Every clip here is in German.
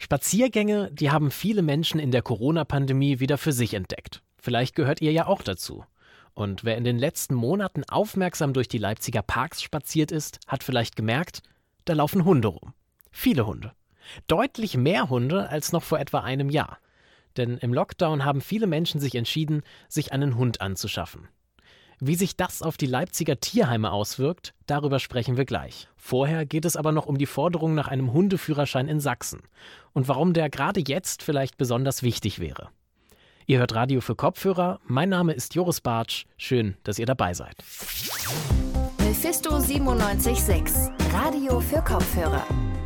Spaziergänge, die haben viele Menschen in der Corona-Pandemie wieder für sich entdeckt. Vielleicht gehört ihr ja auch dazu. Und wer in den letzten Monaten aufmerksam durch die Leipziger Parks spaziert ist, hat vielleicht gemerkt, da laufen Hunde rum. Viele Hunde. Deutlich mehr Hunde als noch vor etwa einem Jahr. Denn im Lockdown haben viele Menschen sich entschieden, sich einen Hund anzuschaffen. Wie sich das auf die Leipziger Tierheime auswirkt, darüber sprechen wir gleich. Vorher geht es aber noch um die Forderung nach einem Hundeführerschein in Sachsen und warum der gerade jetzt vielleicht besonders wichtig wäre. Ihr hört Radio für Kopfhörer, mein Name ist Joris Bartsch, schön, dass ihr dabei seid. Mephisto 97.6, Radio für Kopfhörer.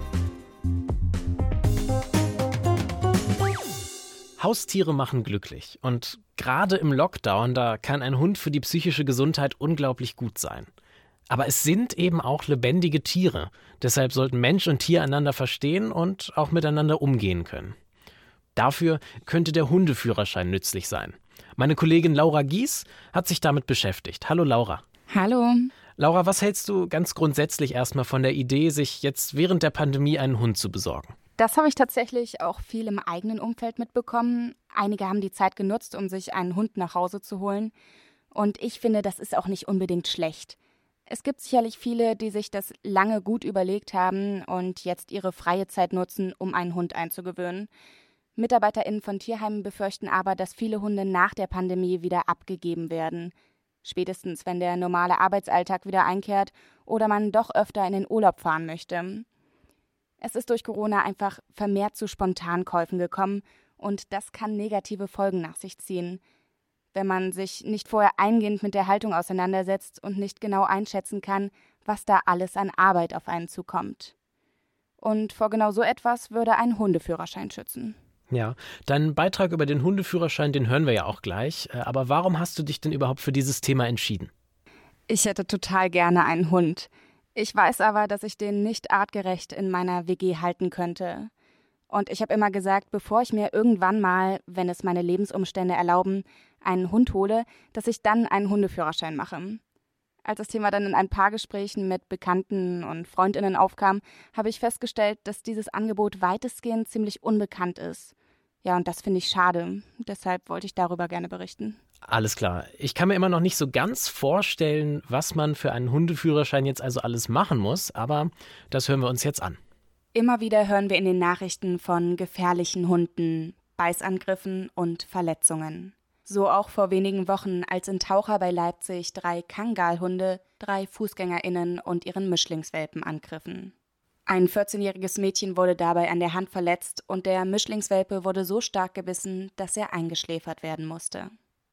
Haustiere machen glücklich und gerade im Lockdown, da kann ein Hund für die psychische Gesundheit unglaublich gut sein. Aber es sind eben auch lebendige Tiere, deshalb sollten Mensch und Tier einander verstehen und auch miteinander umgehen können. Dafür könnte der Hundeführerschein nützlich sein. Meine Kollegin Laura Gies hat sich damit beschäftigt. Hallo Laura. Hallo. Laura, was hältst du ganz grundsätzlich erstmal von der Idee, sich jetzt während der Pandemie einen Hund zu besorgen? Das habe ich tatsächlich auch viel im eigenen Umfeld mitbekommen. Einige haben die Zeit genutzt, um sich einen Hund nach Hause zu holen. Und ich finde, das ist auch nicht unbedingt schlecht. Es gibt sicherlich viele, die sich das lange gut überlegt haben und jetzt ihre freie Zeit nutzen, um einen Hund einzugewöhnen. MitarbeiterInnen von Tierheimen befürchten aber, dass viele Hunde nach der Pandemie wieder abgegeben werden. Spätestens, wenn der normale Arbeitsalltag wieder einkehrt oder man doch öfter in den Urlaub fahren möchte. Es ist durch Corona einfach vermehrt zu Spontankäufen gekommen und das kann negative Folgen nach sich ziehen. Wenn man sich nicht vorher eingehend mit der Haltung auseinandersetzt und nicht genau einschätzen kann, was da alles an Arbeit auf einen zukommt. Und vor genau so etwas würde ein Hundeführerschein schützen. Ja, deinen Beitrag über den Hundeführerschein, den hören wir ja auch gleich. Aber warum hast du dich denn überhaupt für dieses Thema entschieden? Ich hätte total gerne einen Hund. Ich weiß aber, dass ich den nicht artgerecht in meiner WG halten könnte. Und ich habe immer gesagt, bevor ich mir irgendwann mal, wenn es meine Lebensumstände erlauben, einen Hund hole, dass ich dann einen Hundeführerschein mache. Als das Thema dann in ein paar Gesprächen mit Bekannten und FreundInnen aufkam, habe ich festgestellt, dass dieses Angebot weitestgehend ziemlich unbekannt ist. Ja, und das finde ich schade. Deshalb wollte ich darüber gerne berichten. Alles klar. Ich kann mir immer noch nicht so ganz vorstellen, was man für einen Hundeführerschein jetzt also alles machen muss, aber das hören wir uns jetzt an. Immer wieder hören wir in den Nachrichten von gefährlichen Hunden, Beißangriffen und Verletzungen. So auch vor wenigen Wochen, als in Taucher bei Leipzig 3 Kangalhunde 3 FußgängerInnen und ihren Mischlingswelpen angriffen. Ein 14-jähriges Mädchen wurde dabei an der Hand verletzt und der Mischlingswelpe wurde so stark gebissen, dass er eingeschläfert werden musste.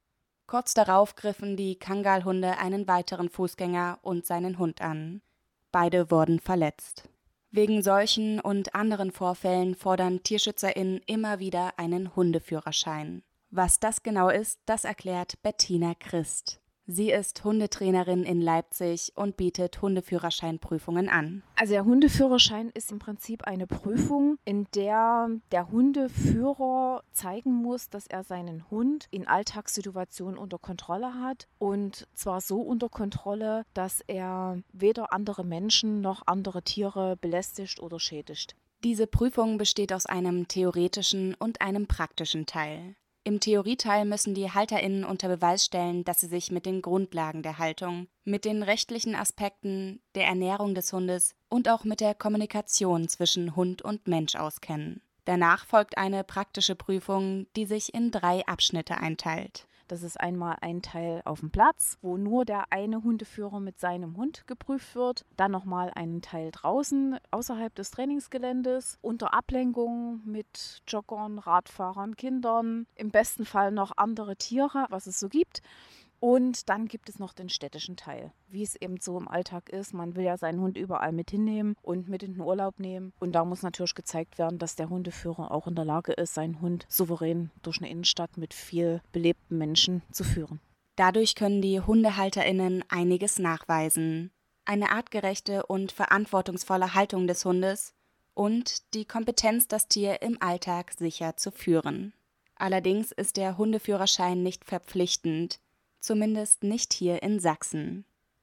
Kurz darauf griffen die Kangalhunde einen weiteren Fußgänger und seinen Hund an. Beide wurden verletzt. Wegen solchen und anderen Vorfällen fordern TierschützerInnen immer wieder einen Hundeführerschein. Was das genau ist, das erklärt Bettina Christ. Sie ist Hundetrainerin in Leipzig und bietet Hundeführerscheinprüfungen an. Also der Hundeführerschein ist im Prinzip eine Prüfung, in der der Hundeführer zeigen muss, dass er seinen Hund in Alltagssituationen unter Kontrolle hat. Und zwar so unter Kontrolle, dass er weder andere Menschen noch andere Tiere belästigt oder schädigt. Diese Prüfung besteht aus einem theoretischen und einem praktischen Teil. Im Theorieteil müssen die HalterInnen unter Beweis stellen, dass sie sich mit den Grundlagen der Haltung, mit den rechtlichen Aspekten, der Ernährung des Hundes und auch mit der Kommunikation zwischen Hund und Mensch auskennen. Danach folgt eine praktische Prüfung, die sich in 3 Abschnitte einteilt. Das ist einmal ein Teil auf dem Platz, wo nur der eine Hundeführer mit seinem Hund geprüft wird. Dann nochmal einen Teil draußen, außerhalb des Trainingsgeländes, unter Ablenkung mit Joggern, Radfahrern, Kindern, im besten Fall noch andere Tiere, was es so gibt. Und dann gibt es noch den städtischen Teil, wie es eben so im Alltag ist. Man will ja seinen Hund überall mit hinnehmen und mit in den Urlaub nehmen. Und da muss natürlich gezeigt werden, dass der Hundeführer auch in der Lage ist, seinen Hund souverän durch eine Innenstadt mit viel belebten Menschen zu führen. Dadurch können die HundehalterInnen einiges nachweisen. Eine artgerechte und verantwortungsvolle Haltung des Hundes und die Kompetenz, das Tier im Alltag sicher zu führen. Allerdings ist der Hundeführerschein nicht verpflichtend. Zumindest nicht hier in Sachsen.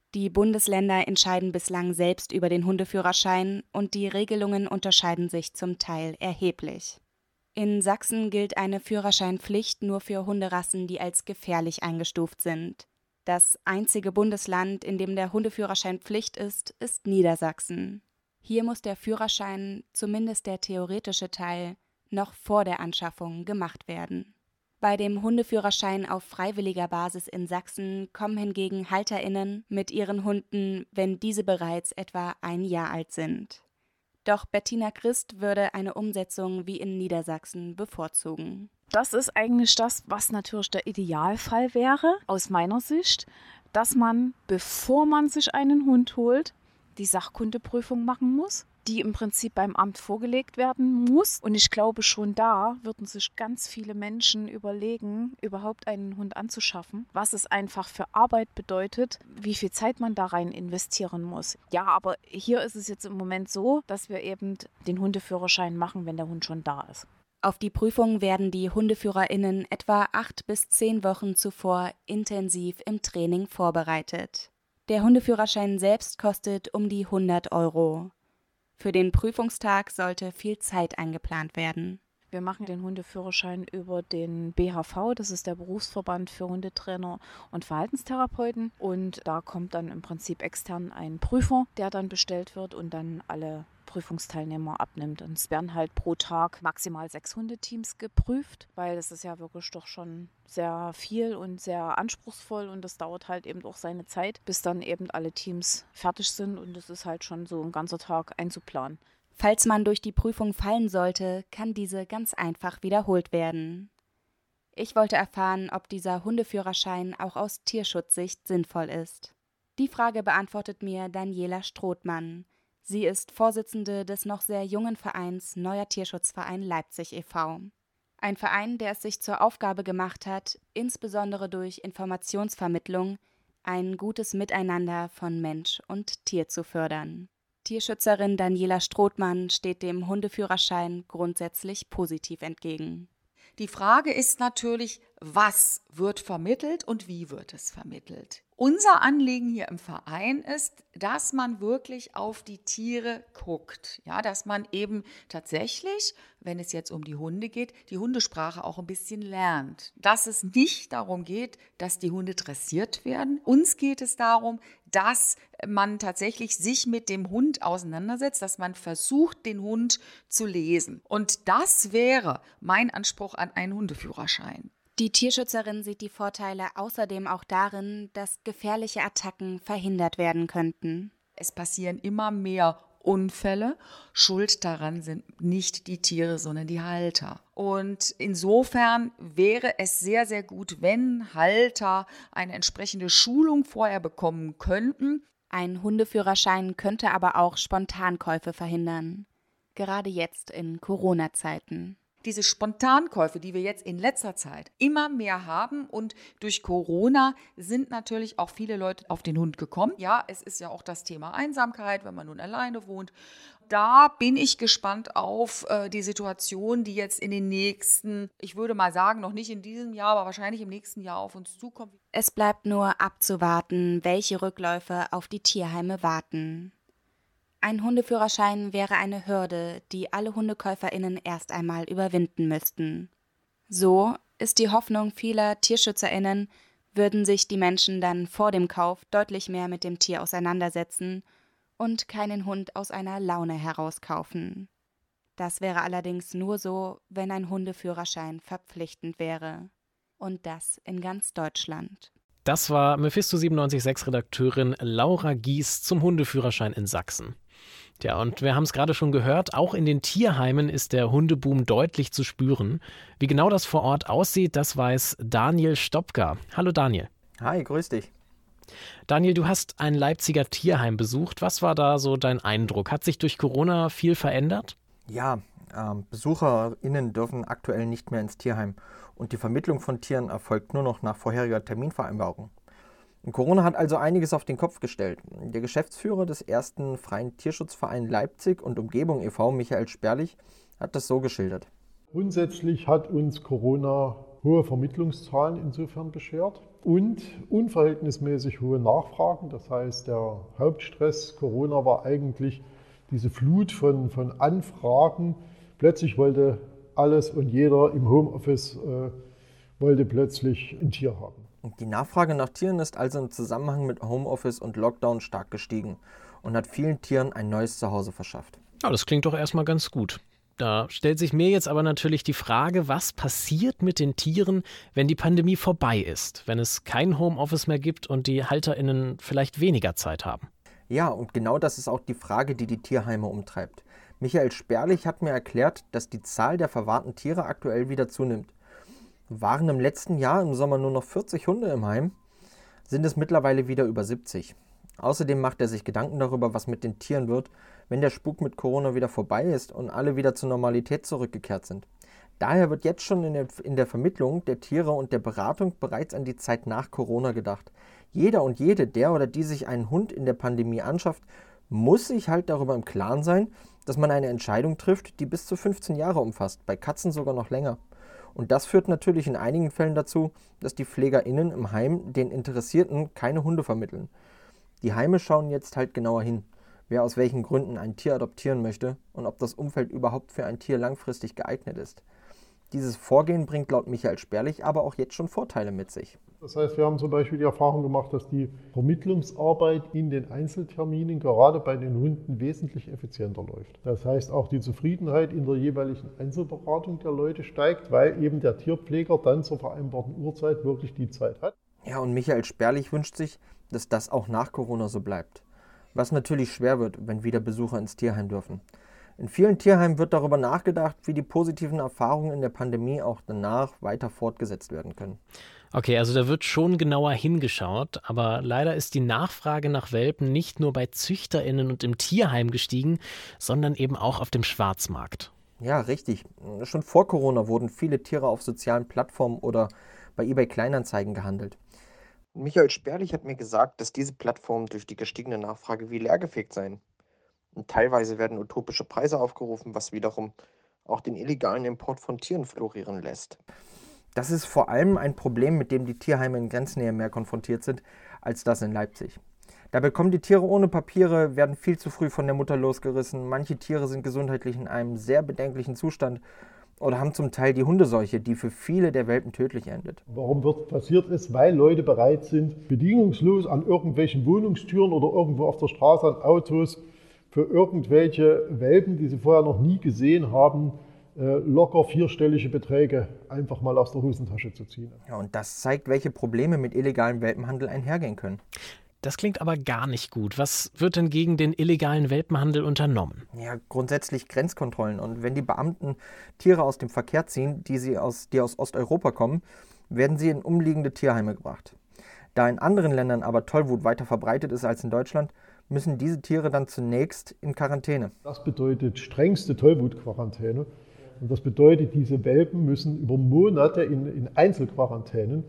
Die Bundesländer entscheiden bislang selbst über den Hundeführerschein und die Regelungen unterscheiden sich zum Teil erheblich. In Sachsen gilt eine Führerscheinpflicht nur für Hunderassen, die als gefährlich eingestuft sind. Das einzige Bundesland, in dem der Hundeführerschein Pflicht ist Niedersachsen. Hier muss der Führerschein, zumindest der theoretische Teil, noch vor der Anschaffung gemacht werden. Bei dem Hundeführerschein auf freiwilliger Basis in Sachsen kommen hingegen HalterInnen mit ihren Hunden, wenn diese bereits etwa 1 Jahr alt sind. Doch Bettina Christ würde eine Umsetzung wie in Niedersachsen bevorzugen. Das ist eigentlich das, was natürlich der Idealfall wäre, aus meiner Sicht, dass man, bevor man sich einen Hund holt, die Sachkundeprüfung machen muss, die im Prinzip beim Amt vorgelegt werden muss. Und ich glaube, schon da würden sich ganz viele Menschen überlegen, überhaupt einen Hund anzuschaffen, was es einfach für Arbeit bedeutet, wie viel Zeit man da rein investieren muss. Ja, aber hier ist es jetzt im Moment so, dass wir eben den Hundeführerschein machen, wenn der Hund schon da ist. Auf die Prüfung werden die HundeführerInnen etwa 8 bis 10 Wochen zuvor intensiv im Training vorbereitet. Der Hundeführerschein selbst kostet um die 100 €. Für den Prüfungstag sollte viel Zeit eingeplant werden. Wir machen den Hundeführerschein über den BHV, das ist der Berufsverband für Hundetrainer und Verhaltenstherapeuten. Und da kommt dann im Prinzip extern ein Prüfer, der dann bestellt wird und dann alle Prüfungsteilnehmer abnimmt. Und es werden halt pro Tag maximal 6 Hundeteams geprüft, weil das ist ja wirklich doch schon sehr viel und sehr anspruchsvoll und das dauert halt eben auch seine Zeit, bis dann eben alle Teams fertig sind und es ist halt schon so ein ganzer Tag einzuplanen. Falls man durch die Prüfung fallen sollte, kann diese ganz einfach wiederholt werden. Ich wollte erfahren, ob dieser Hundeführerschein auch aus Tierschutzsicht sinnvoll ist. Die Frage beantwortet mir Daniela Strothmann. Sie ist Vorsitzende des noch sehr jungen Vereins Neuer Tierschutzverein Leipzig e.V. Ein Verein, der es sich zur Aufgabe gemacht hat, insbesondere durch Informationsvermittlung ein gutes Miteinander von Mensch und Tier zu fördern. Tierschützerin Daniela Strothmann steht dem Hundeführerschein grundsätzlich positiv entgegen. Die Frage ist natürlich, was wird vermittelt und wie wird es vermittelt? Unser Anliegen hier im Verein ist, dass man wirklich auf die Tiere guckt. Ja, dass man eben tatsächlich, wenn es jetzt um die Hunde geht, die Hundesprache auch ein bisschen lernt. Dass es nicht darum geht, dass die Hunde dressiert werden. Uns geht es darum, dass man tatsächlich sich mit dem Hund auseinandersetzt, dass man versucht, den Hund zu lesen. Und das wäre mein Anspruch an einen Hundeführerschein. Die Tierschützerin sieht die Vorteile außerdem auch darin, dass gefährliche Attacken verhindert werden könnten. Es passieren immer mehr Unfälle. Schuld daran sind nicht die Tiere, sondern die Halter. Und insofern wäre es sehr, sehr gut, wenn Halter eine entsprechende Schulung vorher bekommen könnten. Ein Hundeführerschein könnte aber auch Spontankäufe verhindern. Gerade jetzt in Corona-Zeiten. Diese Spontankäufe, die wir jetzt in letzter Zeit immer mehr haben und durch Corona sind natürlich auch viele Leute auf den Hund gekommen. Ja, es ist ja auch das Thema Einsamkeit, wenn man nun alleine wohnt. Da bin ich gespannt auf die Situation, die jetzt in den nächsten, ich würde mal sagen, noch nicht in diesem Jahr, aber wahrscheinlich im nächsten Jahr auf uns zukommt. Es bleibt nur abzuwarten, welche Rückläufe auf die Tierheime warten. Ein Hundeführerschein wäre eine Hürde, die alle HundekäuferInnen erst einmal überwinden müssten. So ist die Hoffnung vieler TierschützerInnen, würden sich die Menschen dann vor dem Kauf deutlich mehr mit dem Tier auseinandersetzen und keinen Hund aus einer Laune heraus kaufen. Das wäre allerdings nur so, wenn ein Hundeführerschein verpflichtend wäre. Und das in ganz Deutschland. Das war Mephisto 97.6-Redakteurin Laura Gies zum Hundeführerschein in Sachsen. Tja, und wir haben es gerade schon gehört, auch in den Tierheimen ist der Hundeboom deutlich zu spüren. Wie genau das vor Ort aussieht, das weiß Daniel Stopka. Hallo Daniel. Hi, grüß dich. Daniel, du hast ein Leipziger Tierheim besucht. Was war da so dein Eindruck? Hat sich durch Corona viel verändert? Ja, BesucherInnen dürfen aktuell nicht mehr ins Tierheim und die Vermittlung von Tieren erfolgt nur noch nach vorheriger Terminvereinbarung. Corona hat also einiges auf den Kopf gestellt. Der Geschäftsführer des ersten Freien Tierschutzverein Leipzig und Umgebung e.V., Michael Sperlich, hat das so geschildert. Grundsätzlich hat uns Corona hohe Vermittlungszahlen insofern beschert und unverhältnismäßig hohe Nachfragen. Das heißt, der Hauptstress Corona war eigentlich diese Flut von Anfragen. Plötzlich wollte alles und jeder im Homeoffice wollte plötzlich ein Tier haben. Die Nachfrage nach Tieren ist also im Zusammenhang mit Homeoffice und Lockdown stark gestiegen und hat vielen Tieren ein neues Zuhause verschafft. Ja, das klingt doch erstmal ganz gut. Da stellt sich mir jetzt aber natürlich die Frage, was passiert mit den Tieren, wenn die Pandemie vorbei ist, wenn es kein Homeoffice mehr gibt und die HalterInnen vielleicht weniger Zeit haben. Ja, und genau das ist auch die Frage, die die Tierheime umtreibt. Michael Sperlich hat mir erklärt, dass die Zahl der verwahrten Tiere aktuell wieder zunimmt. Waren im letzten Jahr im Sommer nur noch 40 Hunde im Heim, sind es mittlerweile wieder über 70. Außerdem macht er sich Gedanken darüber, was mit den Tieren wird, wenn der Spuk mit Corona wieder vorbei ist und alle wieder zur Normalität zurückgekehrt sind. Daher wird jetzt schon in der Vermittlung der Tiere und der Beratung bereits an die Zeit nach Corona gedacht. Jeder und jede, der oder die sich einen Hund in der Pandemie anschafft, muss sich halt darüber im Klaren sein, dass man eine Entscheidung trifft, die bis zu 15 Jahre umfasst, bei Katzen sogar noch länger. Und das führt natürlich in einigen Fällen dazu, dass die PflegerInnen im Heim den Interessierten keine Hunde vermitteln. Die Heime schauen jetzt halt genauer hin, wer aus welchen Gründen ein Tier adoptieren möchte und ob das Umfeld überhaupt für ein Tier langfristig geeignet ist. Dieses Vorgehen bringt laut Michael Sperlich aber auch jetzt schon Vorteile mit sich. Das heißt, wir haben zum Beispiel die Erfahrung gemacht, dass die Vermittlungsarbeit in den Einzelterminen gerade bei den Hunden wesentlich effizienter läuft. Das heißt, auch die Zufriedenheit in der jeweiligen Einzelberatung der Leute steigt, weil eben der Tierpfleger dann zur vereinbarten Uhrzeit wirklich die Zeit hat. Ja, und Michael Sperlich wünscht sich, dass das auch nach Corona so bleibt. Was natürlich schwer wird, wenn wieder Besucher ins Tierheim dürfen. In vielen Tierheimen wird darüber nachgedacht, wie die positiven Erfahrungen in der Pandemie auch danach weiter fortgesetzt werden können. Okay, also da wird schon genauer hingeschaut, aber leider ist die Nachfrage nach Welpen nicht nur bei ZüchterInnen und im Tierheim gestiegen, sondern eben auch auf dem Schwarzmarkt. Ja, richtig. Schon vor Corona wurden viele Tiere auf sozialen Plattformen oder bei eBay Kleinanzeigen gehandelt. Michael Sperlich hat mir gesagt, dass diese Plattformen durch die gestiegene Nachfrage wie leergefegt seien. Und teilweise werden utopische Preise aufgerufen, was wiederum auch den illegalen Import von Tieren florieren lässt. Das ist vor allem ein Problem, mit dem die Tierheime in Grenznähe mehr konfrontiert sind, als das in Leipzig. Da bekommen die Tiere ohne Papiere, werden viel zu früh von der Mutter losgerissen. Manche Tiere sind gesundheitlich in einem sehr bedenklichen Zustand oder haben zum Teil die Hundeseuche, die für viele der Welpen tödlich endet. Warum wird passiert ist, weil Leute bereit sind, bedingungslos an irgendwelchen Wohnungstüren oder irgendwo auf der Straße an Autos für irgendwelche Welpen, die sie vorher noch nie gesehen haben, locker vierstellige Beträge einfach mal aus der Hosentasche zu ziehen. Ja, und das zeigt, welche Probleme mit illegalem Welpenhandel einhergehen können. Das klingt aber gar nicht gut. Was wird denn gegen den illegalen Welpenhandel unternommen? Ja, grundsätzlich Grenzkontrollen. Und wenn die Beamten Tiere aus dem Verkehr ziehen, die aus Osteuropa kommen, werden sie in umliegende Tierheime gebracht. Da in anderen Ländern aber Tollwut weiter verbreitet ist als in Deutschland, müssen diese Tiere dann zunächst in Quarantäne. Das bedeutet strengste Tollwutquarantäne. Und das bedeutet, diese Welpen müssen über Monate in Einzelquarantänen.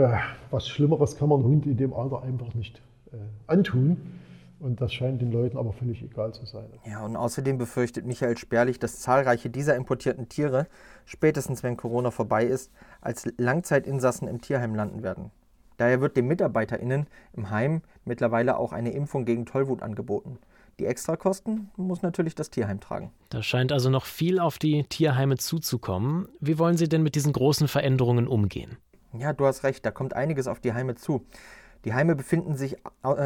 Was Schlimmeres kann man einem Hund in dem Alter einfach nicht antun. Und das scheint den Leuten aber völlig egal zu sein. Ja, und außerdem befürchtet Michael Sperlich, dass zahlreiche dieser importierten Tiere, spätestens wenn Corona vorbei ist, als Langzeitinsassen im Tierheim landen werden. Daher wird den MitarbeiterInnen im Heim mittlerweile auch eine Impfung gegen Tollwut angeboten. Die Extrakosten muss natürlich das Tierheim tragen. Da scheint also noch viel auf die Tierheime zuzukommen. Wie wollen Sie denn mit diesen großen Veränderungen umgehen? Ja, du hast recht, da kommt einiges auf die Heime zu. Die Heime befinden sich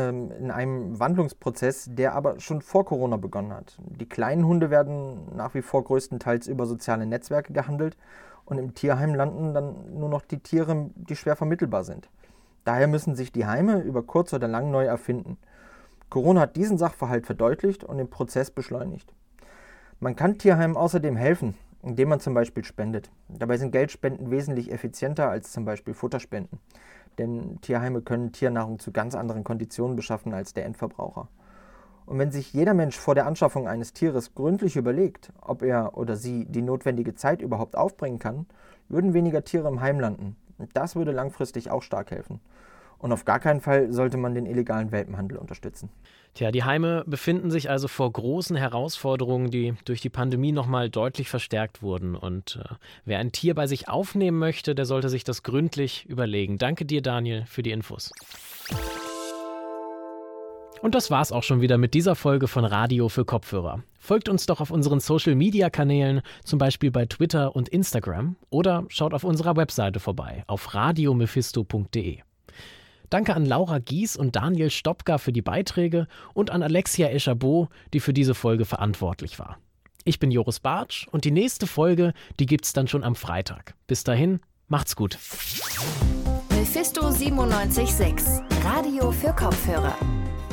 in einem Wandlungsprozess, der aber schon vor Corona begonnen hat. Die kleinen Hunde werden nach wie vor größtenteils über soziale Netzwerke gehandelt und im Tierheim landen dann nur noch die Tiere, die schwer vermittelbar sind. Daher müssen sich die Heime über kurz oder lang neu erfinden. Corona hat diesen Sachverhalt verdeutlicht und den Prozess beschleunigt. Man kann Tierheimen außerdem helfen, indem man zum Beispiel spendet. Dabei sind Geldspenden wesentlich effizienter als zum Beispiel Futterspenden. Denn Tierheime können Tiernahrung zu ganz anderen Konditionen beschaffen als der Endverbraucher. Und wenn sich jeder Mensch vor der Anschaffung eines Tieres gründlich überlegt, ob er oder sie die notwendige Zeit überhaupt aufbringen kann, würden weniger Tiere im Heim landen. Und das würde langfristig auch stark helfen. Und auf gar keinen Fall sollte man den illegalen Welpenhandel unterstützen. Tja, die Heime befinden sich also vor großen Herausforderungen, die durch die Pandemie nochmal deutlich verstärkt wurden. Und wer ein Tier bei sich aufnehmen möchte, der sollte sich das gründlich überlegen. Danke dir, Daniel, für die Infos. Und das war's auch schon wieder mit dieser Folge von Radio für Kopfhörer. Folgt uns doch auf unseren Social-Media-Kanälen, zum Beispiel bei Twitter und Instagram, oder schaut auf unserer Webseite vorbei, auf radiomephisto.de. Danke an Laura Gies und Daniel Stopka für die Beiträge und an Alexia Eschabo, die für diese Folge verantwortlich war. Ich bin Joris Bartsch und die nächste Folge, die gibt's dann schon am Freitag. Bis dahin, macht's gut. Mephisto 97.6, Radio für Kopfhörer.